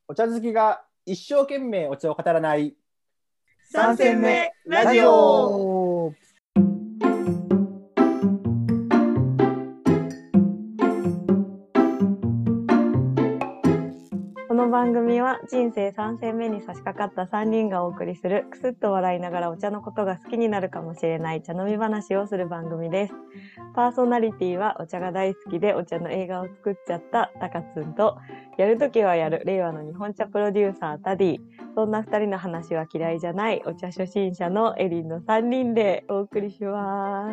お茶好きが一生懸命お茶を語らない三戦目ラジオ。この番組は人生3戦目に差し掛かった3人がお送りするくすっと笑いながらお茶のことが好きになるかもしれない茶飲み話をする番組です。パーソナリティはお茶が大好きでお茶の映画を作っちゃったたかつんと、やるときはやる令和の日本茶プロデューサータディ、そんな2人の話は嫌いじゃないお茶初心者のエリンの3人でお送りします。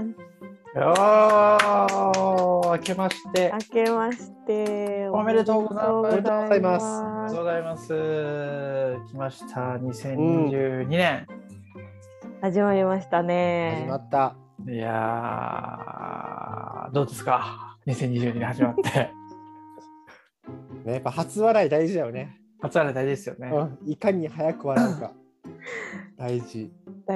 明けましておめでとうございます。 おめでとうございます。 おめでとうございます。 来ました2022年、 始まりましたね。 始まった。 いやどうですか2022年始まってね、やっぱ初笑い大事だよね。 初笑い大事ですよね、 いかに早く笑うか大事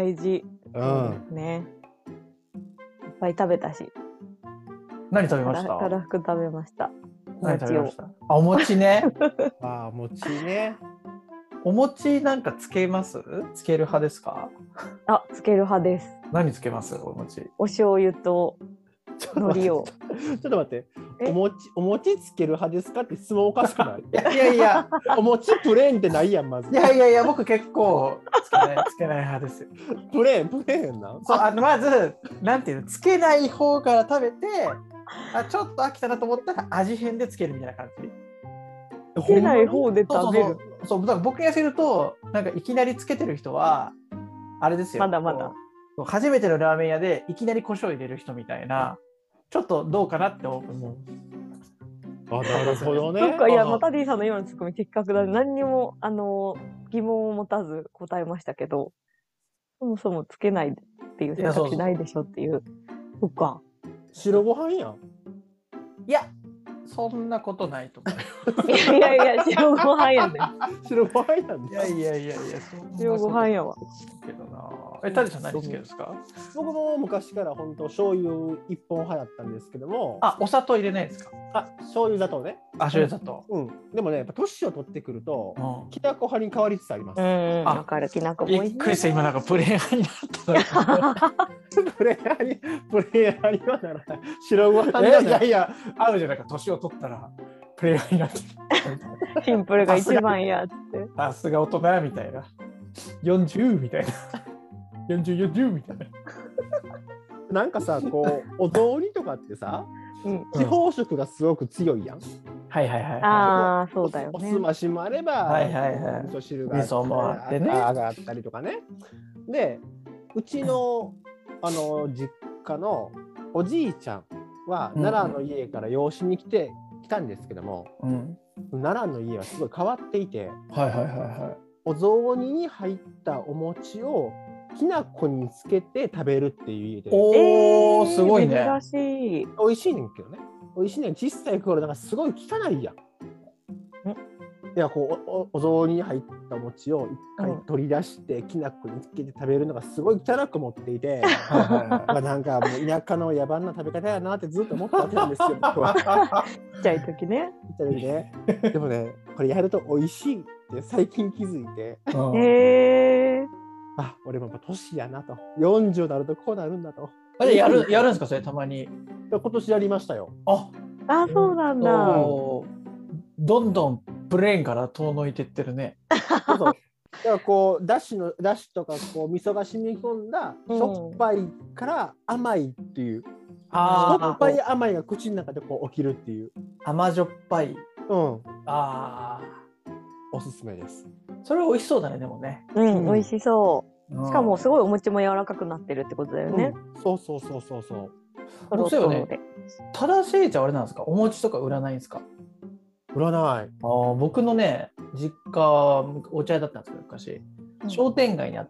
ね。いっぱい食べたし。 何食べました？ たらふく食べました。 何食べました？お餅ねお餅ね。 お餅なんかつけます？つける派ですか？ つける派です。 何つけます？お餅。 お醤油と海苔を。 ちょっと待って。お餅つける派ですかって質問おかしくない？ いやお餅プレーンってないやんまず。 いや僕結構つけない派ですよ。 プレーンな。 そう、まずなんていうの、つけない方から食べて、ちょっと飽きたなと思ったら味変でつけるみたいな感じ。 つけない方で食べる。 そうだから僕がするとなんかいきなりつけてる人はあれですよ。 まだまだ。 初めてのラーメン屋でいきなり胡椒入れる人みたいな。ちょっとどうかなって思う。 なるほどね。 なんかいや、タディさんの今のツッコミ的確だね。何にも疑問を持たず答えましたけど、そもそもつけないっていう選択肢ないでしょっていう。そっか。 白ご飯やん。 いや、そんなことないと思う。 いや白ご飯やね。 白ご飯やん。 いや白ご飯やわ。 けどな。タディさん何つけるんですか？ 僕も昔から本当醤油一本派だったんですけども。 お砂糖入れないですか？ 醤油砂糖ね。 醤油砂糖。 でもね、やっぱ年を取ってくると、きなこ派に変わりつつあります。 わかる、きなこもいいね。 びっくりした、今なんかプレーン派になった。 プレーン派にはならない。白ご飯いや、合うじゃないか、年を取ったらプレーン派になってる。 シンプルが一番やって。 さすが大人みたいな。40みたいな。40みたいな。 なんかさ、こうお雑煮とかってさ、地方食がすごく強いやん。 はい。そうだよね。 おすましもあれば、味噌汁が味噌もあってね。 があったりとかね。で、うちの実家のおじいちゃんは奈良の家から養子に来たんですけども、奈良の家はすごい変わっていて、お雑煮に入ったお餅をきな粉につけて食べるっていう家で。 すごいね。 珍しい。 美味しいねんけどね。美味しいねん。小さい頃なんかすごい汚いやん。いや、こうお雑煮に入ったお餅を一回取り出してきな粉につけて食べるのがすごい汚く思っていて、なんかもう田舎の野蛮な食べ方やなってずっと思ったわけなんですよ。ちっちゃい時ね。 でもね、これやると美味しいって最近気づいて。俺もやっぱ年やなと。40になるとこうなるんだと。 やるんですかそれたまに？ 今年やりましたよ。 そうなんだ。 どんどんプレーンから遠のいてってるね。 そう。だからこうだしとかこう味噌が染み込んだしょっぱいから甘いっていう。しょっぱい甘いが口の中でこう起きるっていう。 甘じょっぱい。 おすすめです。 それ美味しそうだねでもね。 美味しそう。しかもすごいお餅も柔らかくなってるってことだよね。 そう。そうよね。正しいじゃあれなんですか？お餅とか売らないんですか？ 売らない。 僕のね実家はお茶屋だったんですけど昔、商店街にあって、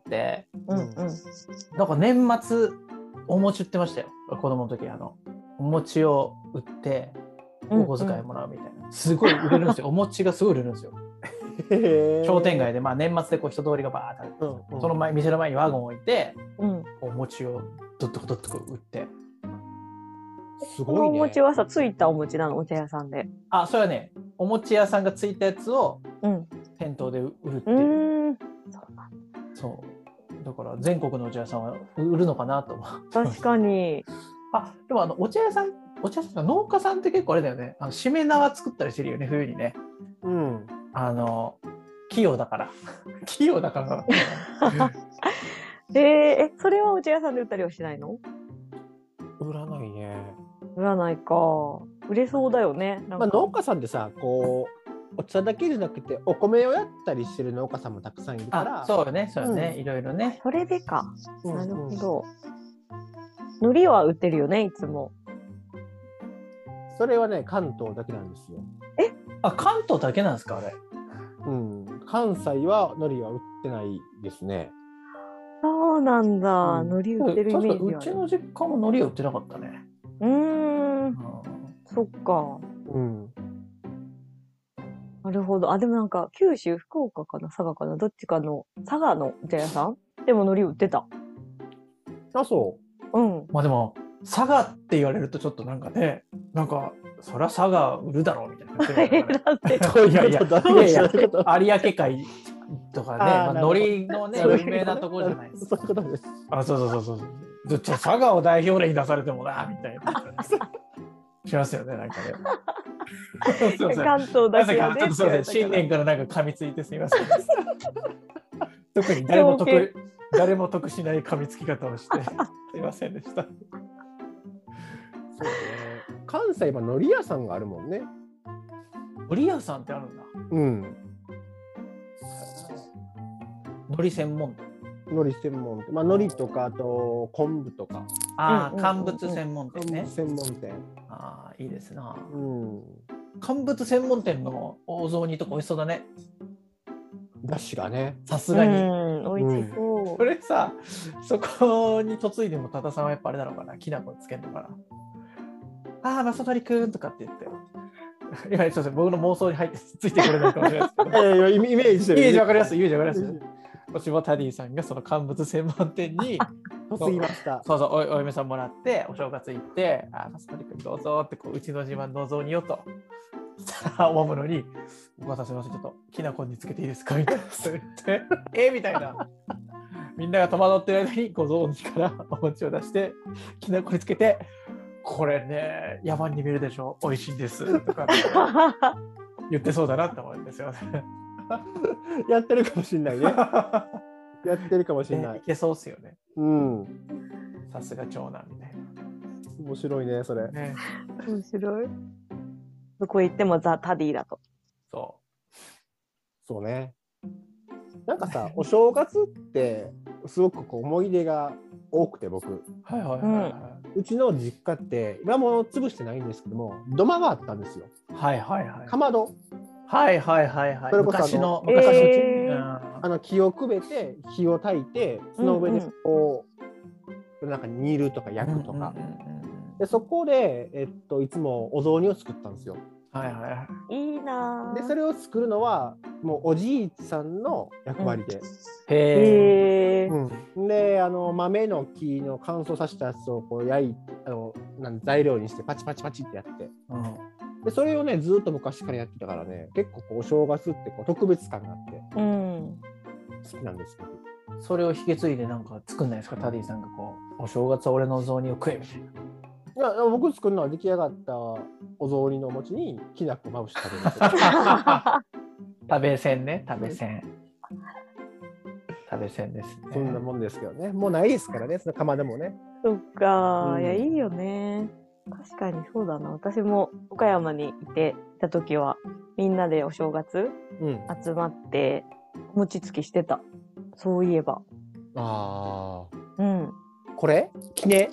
なんか年末お餅売ってましたよ。子供の時お餅を売ってお小遣いもらうみたいな、すごい売れるんですよ。お餅がすごい売れるんですよ。商店街で年末でこう人通りがバーッと、その店の前にワゴン置いて、お餅をどっとこ売って。 すごいね。 このお餅はさ、ついたお餅なの？お茶屋さんで。 それはね、お餅屋さんがついたやつを店頭で売るっていう。 そうなんだ。 そう。だから全国のお茶屋さんは売るのかなと思う。 確かに。 でもお茶屋さん農家さんって結構あれだよね。しめ縄作ったりしてるよね、冬にね。 うん。 器用だから。器用だから。 それはお茶屋さんで売ったりはしないの？ 売らないね。 売らないか。売れそうだよね。 まあ、農家さんでさ、こうお茶だけじゃなくてお米をやったりしてる農家さんもたくさんいるから。 そうよね、そうよね、いろいろね。 それでか。なるほど。海苔は売ってるよね、いつも。 それはね、関東だけなんですよ。 関東だけなんですか、あれ。 うん、関西は海苔は売ってないですね。 そうなんだ、海苔売ってるイメージある。 うちの実家も海苔は売ってなかったね。 そっか。なるほど。でもなんか九州、福岡かな、佐賀かな、どっちかの佐賀のお茶屋さんでも海苔売ってた。 そう。 まあでも佐賀って言われるとちょっとなんかね、なんかそりゃ佐賀売るだろうみたいな感じだって。いや有明海とかね、海苔のね有名なところじゃないですか。そういうことです。そう。佐賀を代表例に出されてもなみたいなしますよね、なんかね。 関東だけで。 ちょっとすみません、新年からなんか噛みついてすみません。特に誰も得しない噛みつき方をしてすみませんでした。そうね。関西は海苔屋さんがあるもんね。 海苔屋さんってあるんだ。海苔専門店。 海苔専門店。まあ海苔とかあと昆布とか。 乾物専門店ね。 専門店。 いいですな。乾物専門店のお雑煮とか美味しそうだね。 だしがね。 さすがに。 美味しそう。 これさ、そこに嫁いでも多田さんはやっぱあれなのかな、きな粉つけるのかな。正則くんとかって言って。今ちょっと僕の妄想に入ってついてこれないかもしれないですけど。 イメージしてる。 イメージわかります。イメージわかります。私もタディさんがその乾物専門店に嫁ぎました。 そうお嫁さんもらってお正月行って正則くんどうぞってこううちの自慢のお雑煮をと思うのにお母さんすみませんちょっときな粉につけていいですかみたいな言ってみたいなみんなが戸惑ってる間にご雑煮からお餅を出してきな粉につけてこれね野蛮に見えるでしょ美味しいんですとか言ってそうだなって思うんですよね。 やってるかもしれないね。やってるかもしれない。 いけそうっすよね。さすが長男みたいな。 面白いねそれ。 面白い。どこ行ってもザ・タディだと。 そうね。なんかさお正月ってすごくこう思い出が多くて僕。うちの実家って今も潰してないんですけども土間があったんですよ。かまど。それこそ昔木をくべて火を焚いてその上でこうなんか煮るとか焼くとかでそこでいつもお雑煮を作ったんですよ。 いいな。 でそれを作るのはもうおじいさんの役割で。で豆の木の乾燥させたやつをこう焼いて材料にしてパチパチパチってやって。でそれをねずっと昔からやってたからね結構こうお正月ってこう特別感があって好きなんですけど、 それを引き継いでなんか作んないですかタディさんがこうお正月は俺のお雑煮を食えみたいな。 いや僕作るのは出来上がったお雑煮のお餅にきな粉まぶして食べます。 食べせんね食べせんですね。 そんなもんですけどねもうないですからねそのかまどもね。 そっか、いやいいよね。確かにそうだな。私も岡山にいた時はみんなでお正月、集まって餅つきしてた。そういえば。 これきね。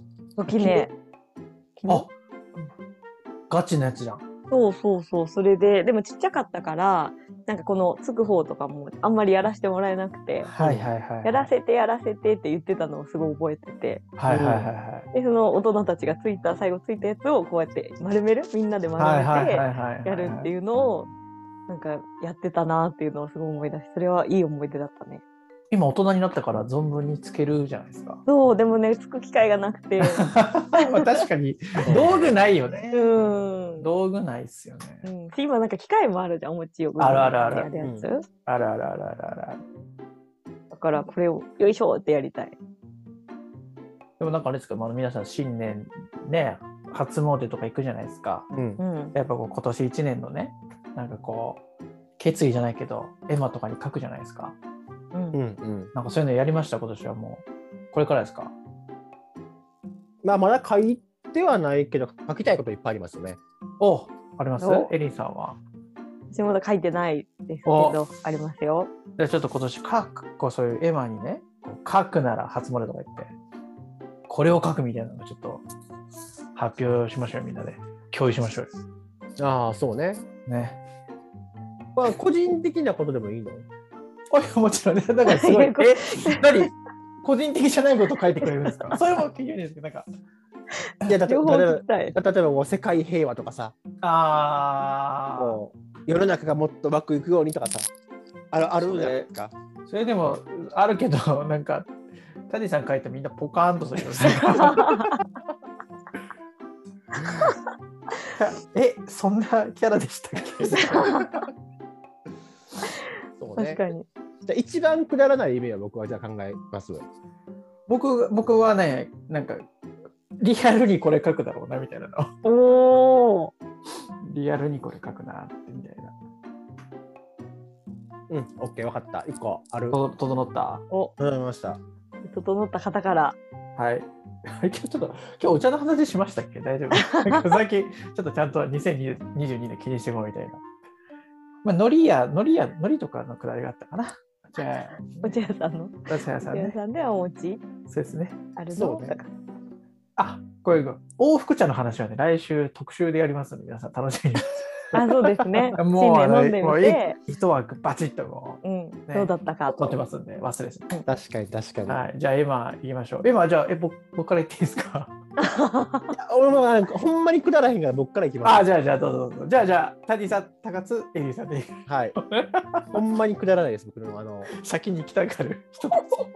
ガチなやつじゃん。 そうそれでもちっちゃかったからなんかこのつく方とかもあんまりやらせてもらえなくて、やらせてって言ってたのをすごい覚えてて、でその大人たちが最後ついたやつをこうやってみんなで丸めてやるっていうのをなんかやってたなっていうのをすごい思い出しそれはいい思い出だったね。 今大人になったから存分につけるじゃないですか。 そうでもねつく機会がなくてまあ確かに道具ないよね。 うん道具ないっすよね。 うん、今なんか機械もあるじゃんお餅をあるあるあるやるやつ、 あるあるあるあるある。 だからこれをよいしょってやりたい。 でもなんかあれですか、皆さん新年ね初詣とか行くじゃないですか。 うん、 やっぱこう今年1年のねなんかこう決意じゃないけど絵馬とかに書くじゃないですか。 うんうん、 なんかそういうのやりました？今年はもうこれからですか？ まあまだ書いてはないけど書きたいこといっぱいありますよね。 お、あります？ おエリンさんは？ 私まだ書いてないですけどありますよ。 じゃあちょっと今年こうそういう絵馬にねこう書くなら初詣とか言ってこれを書くみたいなのをちょっと発表しましょうよ。みんなで共有しましょうよ。 ああそうね。 ね。 まあ個人的なことでもいいの？ もちろんね。だからすごい何個人的じゃないこと書いてくれるんですか？それも聞いてるんですけどなんか。 いや例え両方聞きたい。 ばもう世界平和とかさ、もう世の中がもっとうまくいくようにとかさ、あるじゃないですか。 それでもあるけどなんかタディさん書いてみんなポカーンとするよ。そんなキャラでしたっけ？ そうね。 確かに。 じゃあ一番くだらない夢は僕はじゃあ考えます。 僕はねなんかリアルにこれ書くだろうなみたいなの。 おお。 リアルにこれ書くなってみたいな。 うん、オッケー、分かった。1個ある。 整った？ 整いました。 整った方から。 はい。今日お茶の話しましたっけ？大丈夫？なんか最近ちょっとちゃんと2022年気にしてもみたいな。まあ、海苔とかのくだりがあったかな。じゃあお茶屋さんの。 お茶屋さんね。 お茶屋さんではお餅。 そうですね。 あるの。 そうね。 あ、これ往復茶の話はね来週特集でやりますので皆さん楽しみに。 あ、そうですね。 もう新年飲んでみて。 一枠バチッとこう、 ね、どうだったかと。 撮ってますんで忘れずに。 確かに確かに。 はい。じゃあ今言いましょう。今じゃあ僕から言っていいですか？ 俺もほんまにくだらへんから僕からいきます。 あ、じゃあどうぞ。じゃあタディさん、高津エリーさんで。 はい。ほんまにくだらないです僕の先に行きたがる人。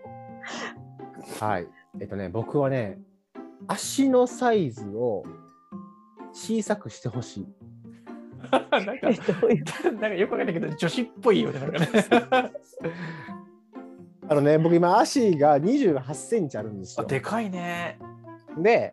はい。僕はね足のサイズを小さくしてほしい。 なんかよくわかんないけど女子っぽいよね。なんかね僕今足が28センチあるんですよ。 でかいね。 で、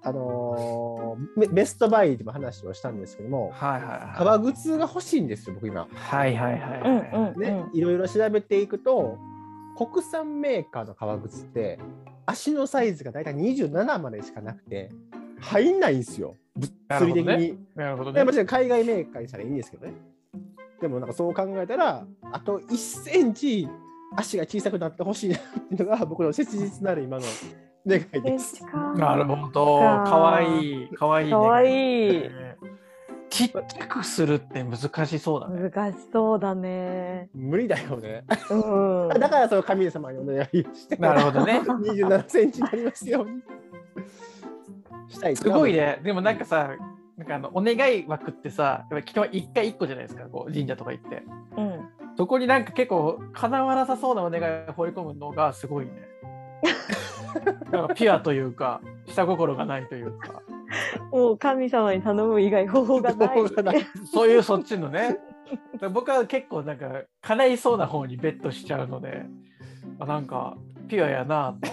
ベストバイでも話をしたんですけども、革靴が欲しいんですよ僕今。いろいろ調べていくと国産メーカーの革靴って足のサイズがだいたい27までしかなくて入んないんですよ物理的に。 なるほどね。 もちろん海外メーカーにしたらいいんですけどね。でもなんかそう考えたらあと1センチ足が小さくなってほしいなっていうのが僕の切実なる今の願いです。 なるほど。かわいい。かわいい。 かわいい。 ちっちゃくするって難しそうだね。 難しそうだね。 無理だよね。 うん。 だからその神様にお願いして。 なるほどね。 27センチになりますように。したい。 すごいね。でもなんかさ、なんかお願い枠ってさ、基本1回1個じゃないですか。こう神社とか行って。 うん。 そこになんか結構叶わなさそうなお願いを放り込むのがすごいね。なんかピュアというか下心がないというか。 もう神様に頼む以外方法がない。 そういうそっちのね。僕は結構なんか叶いそうな方にベットしちゃうので、なんかピュアやなと。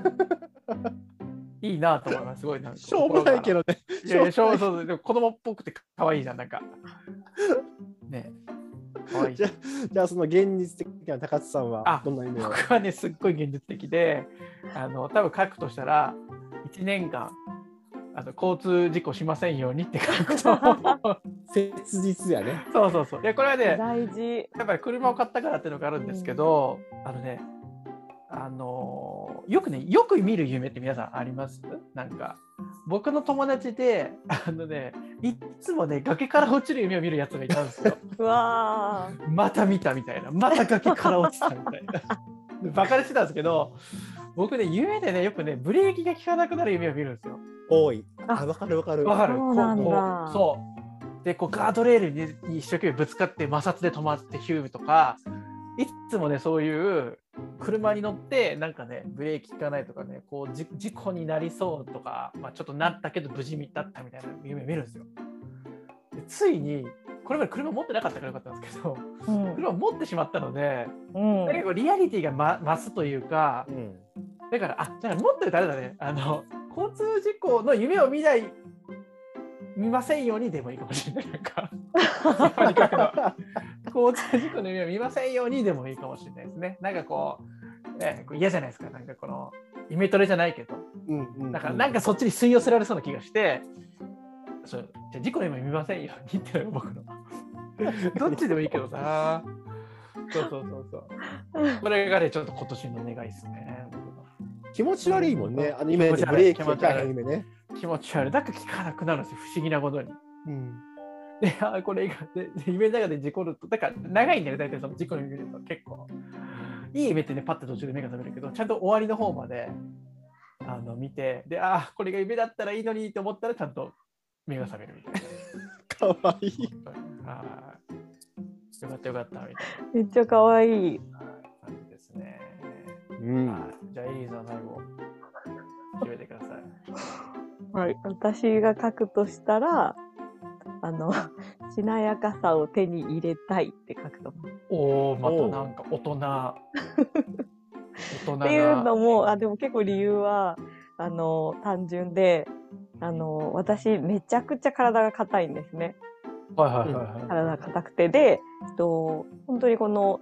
いいなと思います。すごいなんか。 しょうもないけどね。 いやそうでも子供っぽくて可愛いじゃんなんか。ね。 じゃあその現実的な高津さんはどんな意味を？ 僕はねすっごい現実的で、多分書くとしたら1年間交通事故しませんようにって書くと切実やね。 そういやこれはね大事。 やっぱり車を買ったからっていうのがあるんですけど、よく見る夢って皆さんあります？なんか僕の友達でいつもね崖から落ちる夢を見るやつがいたんですよ。 うわまた見たみたいな、また崖から落ちたみたいなバカにしてたんですけど、僕ね夢でねよくねブレーキが効かなくなる夢を見るんですよ。 多い。わかる。 そうなんだ。 そうでこうガードレールに一生懸命ぶつかって摩擦で止まってヒューとか、 いつもねそういう車に乗ってなんかねブレーキ効かないとかねこう事故になりそうとか、まあ、ちょっとなったけど無事だったみたいな夢見るんですよ。でついにこれまで車持ってなかったからよかったんですけど、車持ってしまったので、なんかリアリティが、増すというか、だから持ってるとあれだね交通事故の夢を見ませんようにでもいいかもしれない。なんか交通事故の夢を見ませんようにでもいいかもしれないですね。なんかこう、嫌じゃないですか。なんかこのイメトレじゃないけど、なんかそっちに吸い寄せられそうな気がして、じゃあ事故の夢見ませんようにっていうのが僕のどっちでもいいけどさ。そうこれがねちょっと今年の願いですね。 気持ち悪いもんね。夢でブレーキが効かへん夢ね。 気持ち悪い。だから聞かなくなるんですよ、不思議なことに。で、これが夢の中で事故ると、だから長いんだよね、大体その事故の夢と結構。いい夢ってね、パッと途中で目が覚めるけど、ちゃんと終わりの方まで見て、で、これが夢だったらいいのにと思ったら、ちゃんと目が覚めるみたいな。かわいい。 よかったよかったみたいな。 めっちゃかわいい。 感じですね。じゃあ、エリーさん、最後、決めてください。 はい、私が書くとしたら、しなやかさを手に入れたいって書くと思う。 またなんか大人。 っていうのも、でも結構理由は、単純で、私めちゃくちゃ体が硬いんですね。体が硬くて、で、本当にこの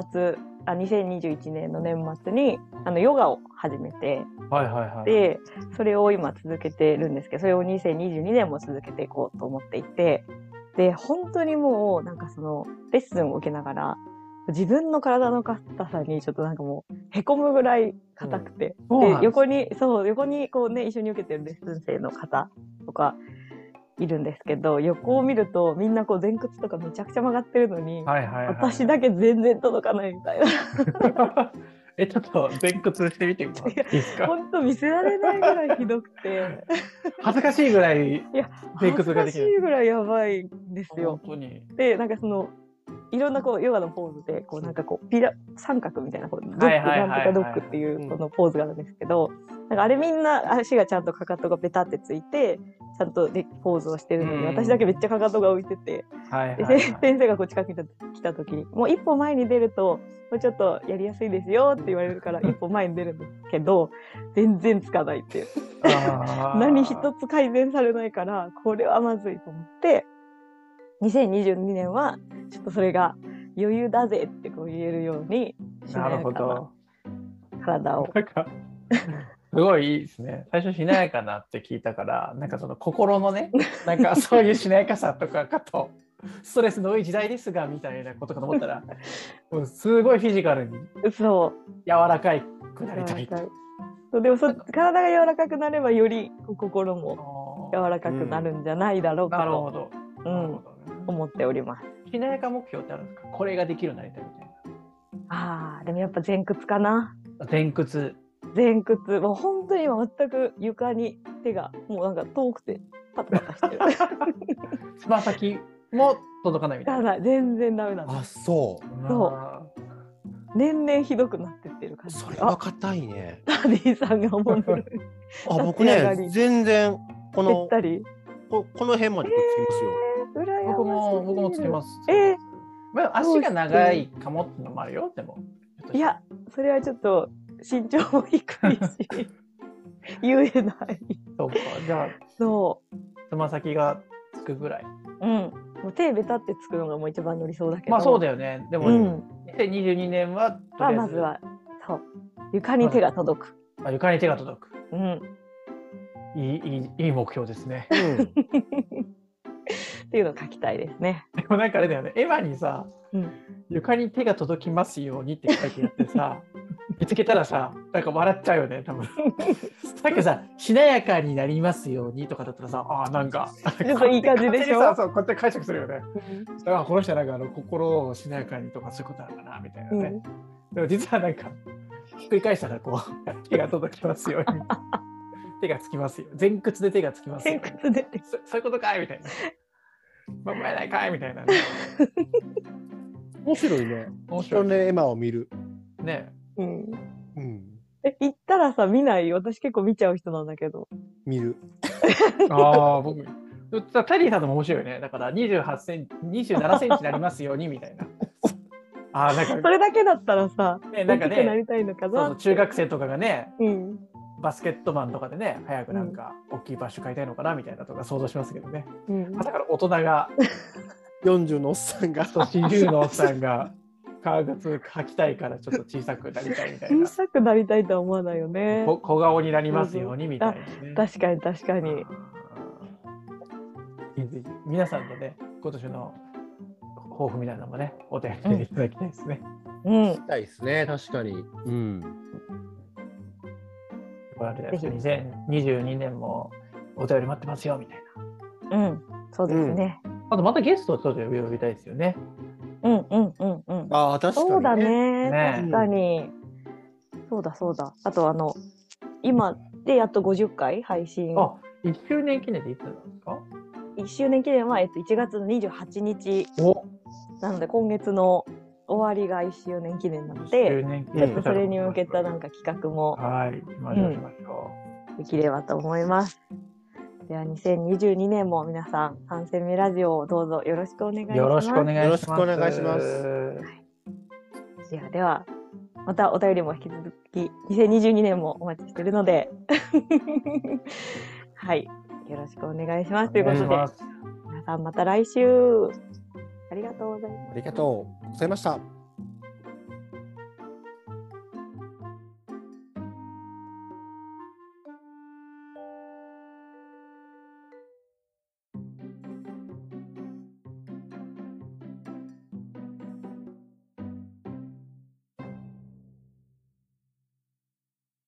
2021年の年末にヨガを始めて、でそれを今続けてるんですけど、それを2022年も続けていこうと思っていて、で本当にもうなんかそのレッスンを受けながら自分の体の硬さにちょっとなんかもうへこむぐらい硬くて、で横にこうね一緒に受けてるレッスン生の方とかいるんですけど、横を見るとみんなこう前屈とかめちゃくちゃ曲がってるのに、私だけ全然届かないみたいな。 ちょっと前屈してみてもらっていいですか？ 本当見せられないぐらいひどくて恥ずかしいぐらい前屈ができない。恥ずかしいぐらいやばいんですよ。 本当に。 でなんかそのいろんなこうヨガのポーズでこうなんかこう三角みたいなこうドッグなんとかドッグっていうこのポーズがあるんですけど、なんかあれみんな足がちゃんとかかとがベタってついてちゃんとポーズをしてるのに、私だけめっちゃかかとが浮いてて、で先生がこう近くに来た時にもう一歩前に出るともうちょっとやりやすいですよって言われるから一歩前に出るんですけど全然つかないっていう何一つ改善されないから、これはまずいと思って2022年はちょっとそれが余裕だぜってこう言えるようにしなやかな体を。 すごいいいですね。最初しなやかなって聞いたから、なんかその心のね、なんかそういうしなやかさとかかと、ストレスの多い時代ですがみたいなことかと思ったら、もうすごいフィジカルに柔らかくなりたい。 でも体が柔らかくなればより心も柔らかくなるんじゃないだろうかと、思っております。 しなやか目標ってあるんですか？これができるようになりたいみたいな。でもやっぱ前屈かな。 前屈もう本当に今全く床に手がもうなんか遠くてパタパタしてる。 つま先も届かないみたいな。 全然ダメなんです。年々ひどくなってってる感じ。 それは硬いね。 ダディさんが思ってる。 僕ね全然この辺までくっつきますよ。 僕もつきます。足が長いかもってのもあるよ。でもいやそれはちょっと身長も低いし言えない。 そうか、じゃあつま先がつくぐらい。 もう手ベタってつくのがもう一番の理想だけど。 まあそうだよね。でも、2022年はまずはそう床に手が届く。 床に手が届く。いい目標ですね。 っていうのを書きたいですね。 でもなんかあれだよね、エヴァにさ、床に手が届きますようにって書いてあってさ、見つけたらさ、なんか笑っちゃうよね、多分。さっきさ、しなやかになりますようにとかだったらさ、なんか、 ちょっといい感じでしょ？ そう、こうやって解釈するよね。だからこの人はなんか心をしなやかにとかそういうことなのかなみたいなね。でも実はなんか、ひっくり返したらこう、手が届きますように。手がつきますよ。前屈で手がつきますよ。 前屈でそういうことかいみたいな。まあ、前ないかいみたいな、ね。 面白いね。 面白い人の絵馬を見る。 ね。 うん。 うん。 行ったらさ、見ない？私結構見ちゃう人なんだけど。 見る。 ああ、僕、タリーさんとも面白いよね。だから28センチ、27センチになりますようにみたいな。ああ、なんか。 それだけだったらさ、 なんかね、 大きくなりたいのかな。 そうそう、中学生とかがね、 うん。 バスケットマンとかでね、早くなんか大きいバッシュ買いたいのかなみたいなとか想像しますけどね。 うん、 だから大人が 40のおっさんが 40のおっさんが革靴履きたいからちょっと小さくなりたいみたいな。 小さくなりたいとは思わないよね。 小顔になりますようにみたいな、ね。 確かに確かに。 皆さんのね、今年の抱負みたいなのもね、お手紙でいただきたいですね。 うん。 したいですね、確かに。うん。 2022年もお便り待ってますよみたいな。うん、そうですね。 あとまたゲストをちょっと呼びたいですよね。 うんうんうんうん。 ああ、確かに、ね。 そうだね。確かに。そうだそうだ。あと今でやっと50回配信。 あ、1周年記念でいつなんですか ？1周年記念は1月の28日。なので今月の終わりが1周年記念なので、それに向けたなんか企画もできればと思います。では2022年も皆さん3戦目ラジオをどうぞよろしくお願いします。 よろしくお願いします。 はい、ではまたお便りも引き続き2022年もお待ちしているのではいよろしくお願いしますということで皆さんまた来週ありがとうございます。 ありがとうございました。